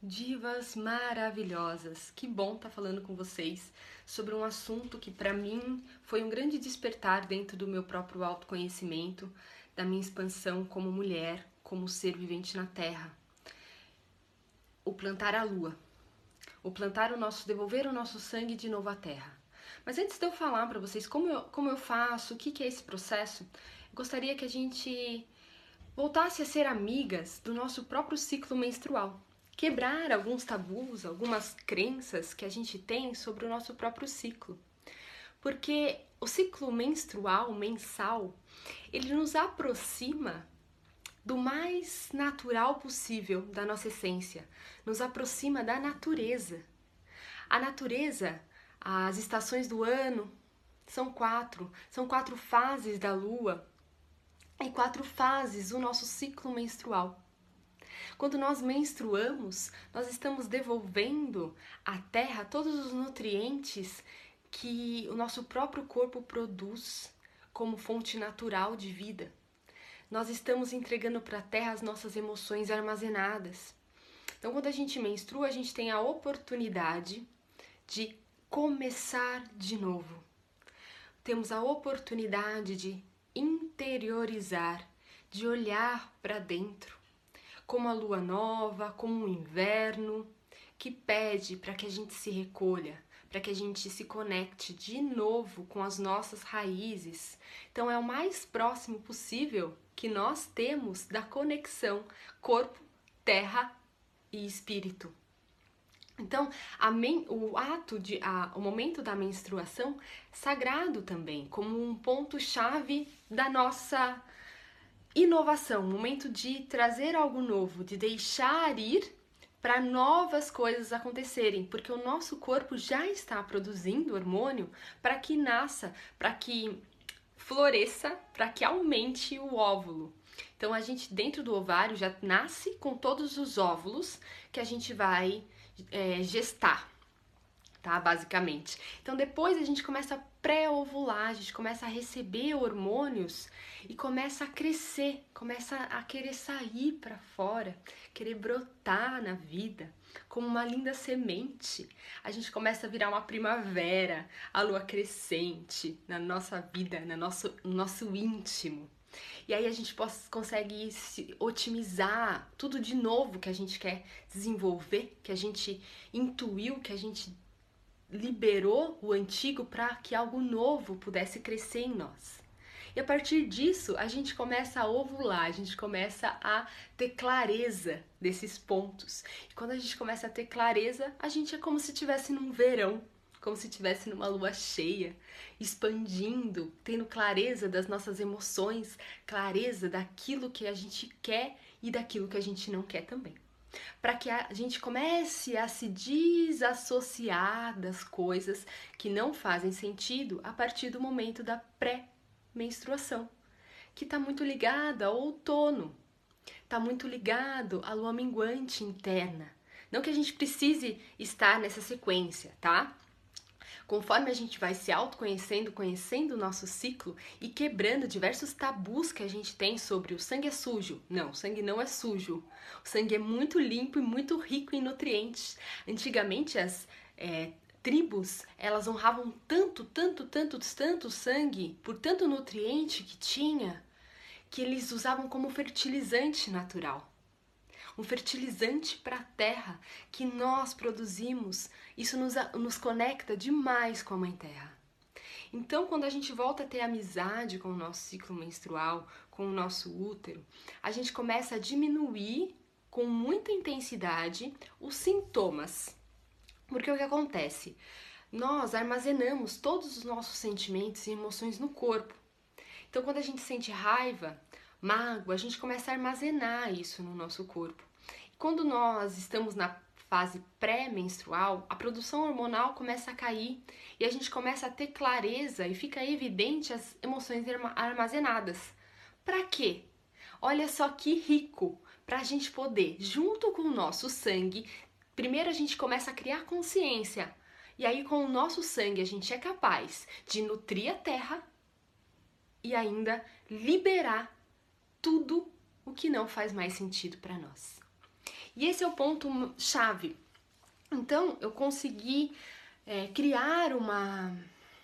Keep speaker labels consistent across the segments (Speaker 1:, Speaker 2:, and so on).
Speaker 1: Divas maravilhosas, que bom estar falando com vocês sobre um assunto que para mim foi um grande despertar dentro do meu próprio autoconhecimento, da minha expansão como mulher, como ser vivente na Terra. O plantar a lua, o plantar o nosso, devolver o nosso sangue de novo à Terra. Mas antes de eu falar para vocês como eu faço, o que é esse processo, eu gostaria que a gente voltasse a ser amigas do nosso próprio ciclo menstrual. Quebrar alguns tabus, algumas crenças que a gente tem sobre o nosso próprio ciclo. Porque o ciclo menstrual, mensal, ele nos aproxima do mais natural possível da nossa essência, nos aproxima da natureza. A natureza, as estações do ano, são quatro fases da lua e quatro fases do nosso ciclo menstrual. Quando nós menstruamos, nós estamos devolvendo à terra todos os nutrientes que o nosso próprio corpo produz como fonte natural de vida. Nós estamos entregando para a terra as nossas emoções armazenadas. Então, quando a gente menstrua, a gente tem a oportunidade de começar de novo. Temos a oportunidade de interiorizar, de olhar para dentro, como a lua nova, como o inverno, que pede para que a gente se recolha, para que a gente se conecte de novo com as nossas raízes. Então é o mais próximo possível que nós temos da conexão corpo, terra e espírito. Então, o momento da menstruação sagrado também, como um ponto-chave da nossa inovação, momento de trazer algo novo, de deixar ir para novas coisas acontecerem, porque o nosso corpo já está produzindo hormônio para que nasça, para que floresça, para que aumente o óvulo. Então a gente dentro do ovário já nasce com todos os óvulos que a gente vai gestar, tá? Basicamente. Então depois a gente começa a pré-ovular, a gente começa a receber hormônios e começa a crescer, começa a querer sair para fora, querer brotar na vida como uma linda semente. A gente começa a virar uma primavera, a lua crescente na nossa vida, no nosso íntimo. E aí a gente consegue otimizar tudo de novo que a gente quer desenvolver, que a gente intuiu, que a gente liberou o antigo para que algo novo pudesse crescer em nós. E a partir disso, a gente começa a ovular, a gente começa a ter clareza desses pontos. E quando a gente começa a ter clareza, a gente é como se estivesse num verão, como se estivesse numa lua cheia, expandindo, tendo clareza das nossas emoções, clareza daquilo que a gente quer e daquilo que a gente não quer também, para que a gente comece a se desassociar das coisas que não fazem sentido a partir do momento da pré-menstruação, que está muito ligada ao outono, está muito ligado à lua minguante interna. Não que a gente precise estar nessa sequência, tá? Conforme a gente vai se autoconhecendo, conhecendo o nosso ciclo e quebrando diversos tabus que a gente tem sobre o sangue é sujo. Não, o sangue não é sujo. O sangue é muito limpo e muito rico em nutrientes. Antigamente as tribos, elas honravam tanto sangue, por tanto nutriente que tinha, que eles usavam como fertilizante natural. Um fertilizante para a terra que nós produzimos. Isso nos conecta demais com a Mãe Terra. Então, quando a gente volta a ter amizade com o nosso ciclo menstrual, com o nosso útero, a gente começa a diminuir com muita intensidade os sintomas. Porque o que acontece? Nós armazenamos todos os nossos sentimentos e emoções no corpo. Então, quando a gente sente raiva, mágoa, a gente começa a armazenar isso no nosso corpo. E quando nós estamos na fase pré-menstrual, a produção hormonal começa a cair e a gente começa a ter clareza e fica evidente as emoções armazenadas. Para quê? Olha só que rico para a gente poder, junto com o nosso sangue, primeiro a gente começa a criar consciência. E aí, com o nosso sangue, a gente é capaz de nutrir a terra e ainda liberar tudo o que não faz mais sentido para nós. E esse é o ponto chave. Então, eu consegui criar uma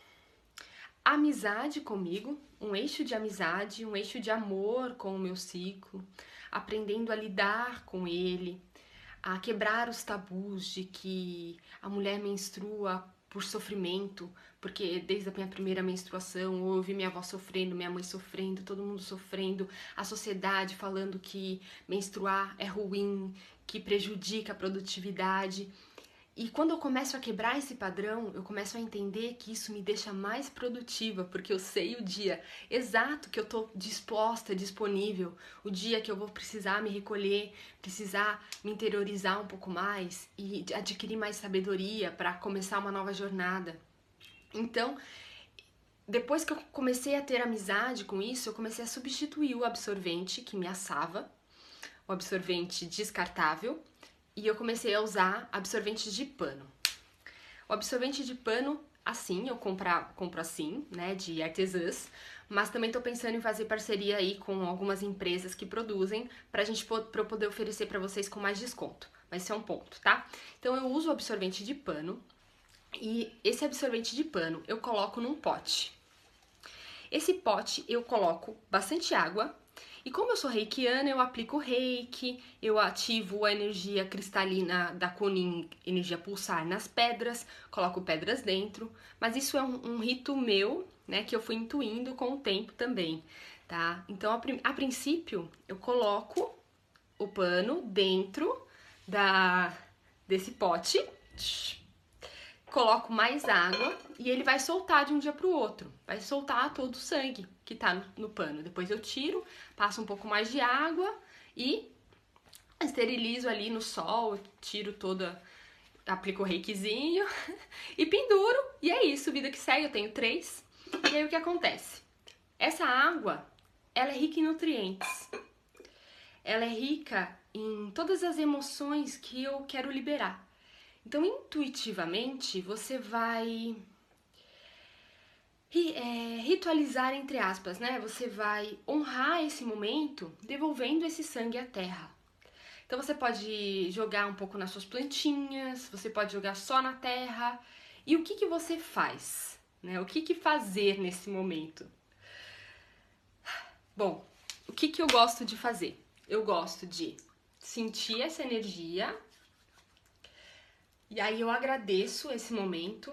Speaker 1: amizade comigo, um eixo de amizade, um eixo de amor com o meu ciclo, aprendendo a lidar com ele, a quebrar os tabus de que a mulher menstrua por sofrimento, porque desde a minha primeira menstruação eu ouvi minha avó sofrendo, minha mãe sofrendo, todo mundo sofrendo, a sociedade falando que menstruar é ruim, que prejudica a produtividade. E quando eu começo a quebrar esse padrão, eu começo a entender que isso me deixa mais produtiva, porque eu sei o dia exato que eu tô disposta, disponível, o dia que eu vou precisar me recolher, precisar me interiorizar um pouco mais e adquirir mais sabedoria para começar uma nova jornada. Então, depois que eu comecei a ter amizade com isso, eu comecei a substituir o absorvente que me assava, o absorvente descartável, e eu comecei a usar absorvente de pano. O absorvente de pano, assim, eu compro assim, né, de artesãs, mas também tô pensando em fazer parceria aí com algumas empresas que produzem pra eu poder oferecer pra vocês com mais desconto. Mas esse é um ponto, tá? Então eu uso o absorvente de pano e esse absorvente de pano eu coloco num pote. Esse pote eu coloco bastante água e como eu sou reikiana, eu aplico reiki, eu ativo a energia cristalina da Kunin, energia pulsar nas pedras, coloco pedras dentro, mas isso é um rito meu, né, que eu fui intuindo com o tempo também, tá? Então, a princípio, eu coloco o pano dentro desse pote, coloco mais água e ele vai soltar de um dia pro outro. Vai soltar todo o sangue que tá no pano. Depois eu tiro, passo um pouco mais de água e esterilizo ali no sol, tiro toda, aplico o reikizinho e penduro. E é isso, vida que segue, eu tenho 3. E aí o que acontece? Essa água, ela é rica em nutrientes. Ela é rica em todas as emoções que eu quero liberar. Então, intuitivamente, você vai ritualizar, entre aspas, né? Você vai honrar esse momento devolvendo esse sangue à terra. Então, você pode jogar um pouco nas suas plantinhas, você pode jogar só na terra. E o que você faz? Né? O que fazer nesse momento? Bom, o que eu gosto de fazer? Eu gosto de sentir essa energia. E aí eu agradeço esse momento,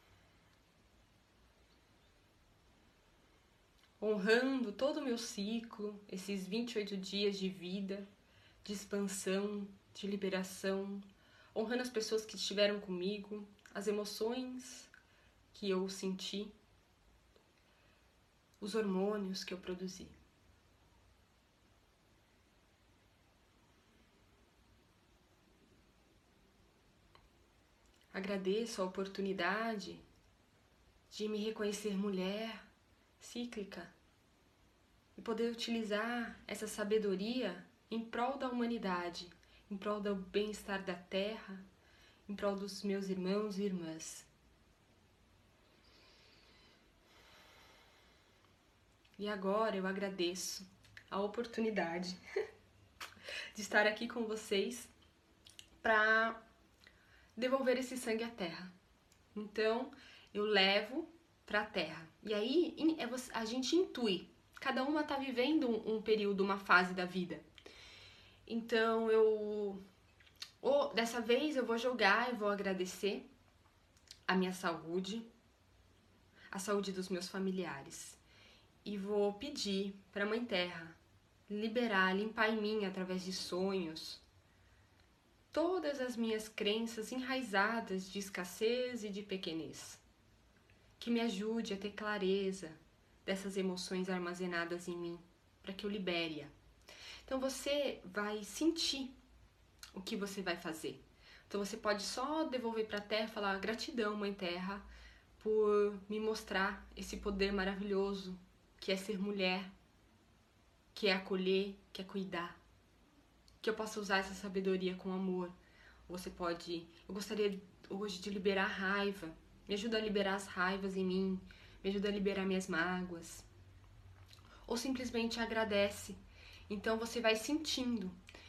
Speaker 1: honrando todo o meu ciclo, esses 28 dias de vida, de expansão, de liberação, honrando as pessoas que estiveram comigo, as emoções que eu senti, os hormônios que eu produzi. Agradeço a oportunidade de me reconhecer mulher, cíclica, e poder utilizar essa sabedoria em prol da humanidade, em prol do bem-estar da terra, em prol dos meus irmãos e irmãs. E agora eu agradeço a oportunidade de estar aqui com vocês para devolver esse sangue à terra. Então, eu levo para a terra. E aí a gente intui. Cada uma está vivendo um período, uma fase da vida. Então, dessa vez eu vou jogar e vou agradecer a minha saúde, a saúde dos meus familiares. E vou pedir para a Mãe Terra liberar, limpar em mim, através de sonhos, todas as minhas crenças enraizadas de escassez e de pequenez. Que me ajude a ter clareza dessas emoções armazenadas em mim, para que eu libere-a. Então você vai sentir o que você vai fazer. Então você pode só devolver para a Terra e falar: gratidão, Mãe Terra, por me mostrar esse poder maravilhoso que é ser mulher, que é acolher, que é cuidar. Que eu possa usar essa sabedoria com amor. Você pode... Eu gostaria hoje de liberar a raiva. Me ajuda a liberar as raivas em mim. Me ajuda a liberar minhas mágoas. Ou simplesmente agradece. Então você vai sentindo.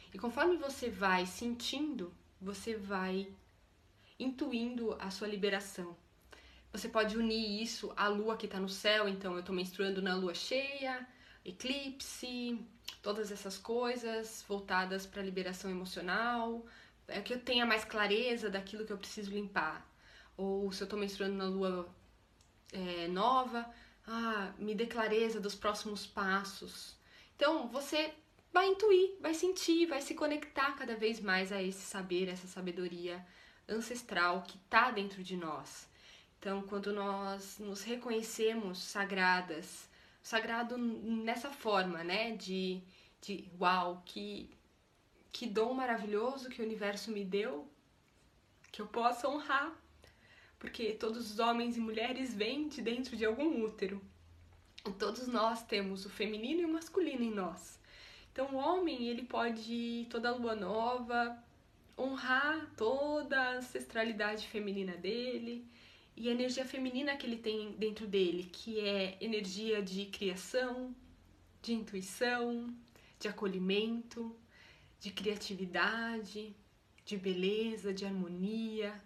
Speaker 1: E conforme você vai sentindo, você vai intuindo a sua liberação. Você pode unir isso à lua que está no céu, então eu estou menstruando na lua cheia, eclipse, todas essas coisas voltadas para a liberação emocional, é que eu tenha mais clareza daquilo que eu preciso limpar. Ou se eu estou menstruando na lua nova, me dê clareza dos próximos passos. Então você vai intuir, vai sentir, vai se conectar cada vez mais a esse saber, essa sabedoria ancestral que está dentro de nós. Então, quando nós nos reconhecemos sagradas, sagrado nessa forma, né, de uau, que dom maravilhoso que o universo me deu, que eu possa honrar, porque todos os homens e mulheres vêm de dentro de algum útero. E todos nós temos o feminino e o masculino em nós. Então, o homem, ele pode, toda lua nova, honrar toda a ancestralidade feminina dele e a energia feminina que ele tem dentro dele, que é energia de criação, de intuição, de acolhimento, de criatividade, de beleza, de harmonia.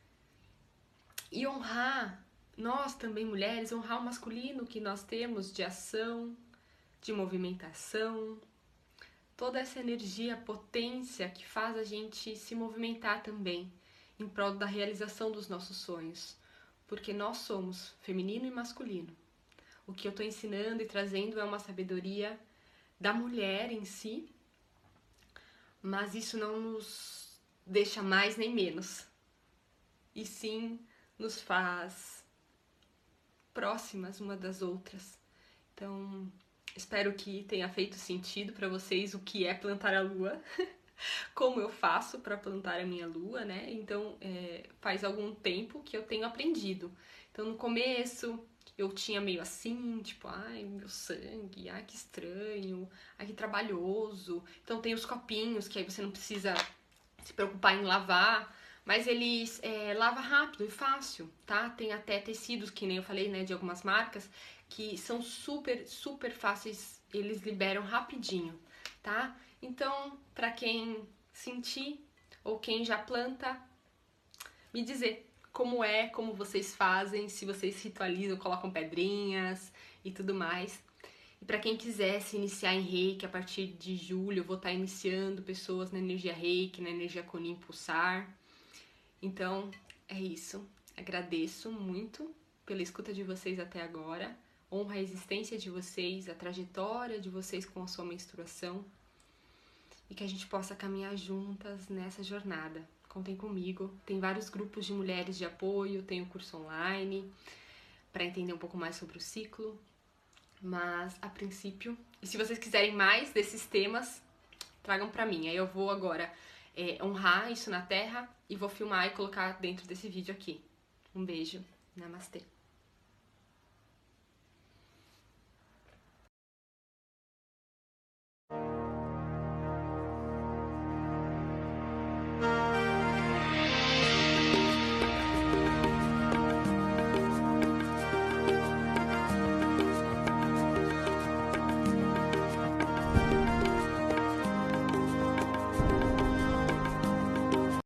Speaker 1: E honrar, nós também mulheres, honrar o masculino que nós temos de ação, de movimentação, toda essa energia, potência que faz a gente se movimentar também em prol da realização dos nossos sonhos, porque nós somos feminino e masculino. O que eu estou ensinando e trazendo é uma sabedoria da mulher em si, mas isso não nos deixa mais nem menos, e sim nos faz próximas uma das outras. Então, espero que tenha feito sentido para vocês o que é plantar a lua, como eu faço para plantar a minha lua, né? Então, faz algum tempo que eu tenho aprendido. Então, no começo, eu tinha meio assim, tipo, ai, meu sangue, ai, que estranho, ai, que trabalhoso. Então, tem os copinhos, que aí você não precisa se preocupar em lavar, mas eles lava rápido e fácil, tá? Tem até tecidos, que nem eu falei, né, de algumas marcas, que são super, super fáceis, eles liberam rapidinho, tá? Então, pra quem sentir ou quem já planta, me dizer como vocês fazem, se vocês ritualizam, colocam pedrinhas e tudo mais. E para quem quiser se iniciar em Reiki, a partir de julho eu vou estar iniciando pessoas na energia Reiki, na energia Kunin Pulsar. Então, é isso. Agradeço muito pela escuta de vocês até agora. Honro a existência de vocês, a trajetória de vocês com a sua menstruação. E que a gente possa caminhar juntas nessa jornada. Contem comigo. Tem vários grupos de mulheres de apoio, tem o curso online para entender um pouco mais sobre o ciclo. Mas, a princípio, e se vocês quiserem mais desses temas, tragam pra mim. Aí eu vou agora honrar isso na Terra e vou filmar e colocar dentro desse vídeo aqui. Um beijo. Namastê.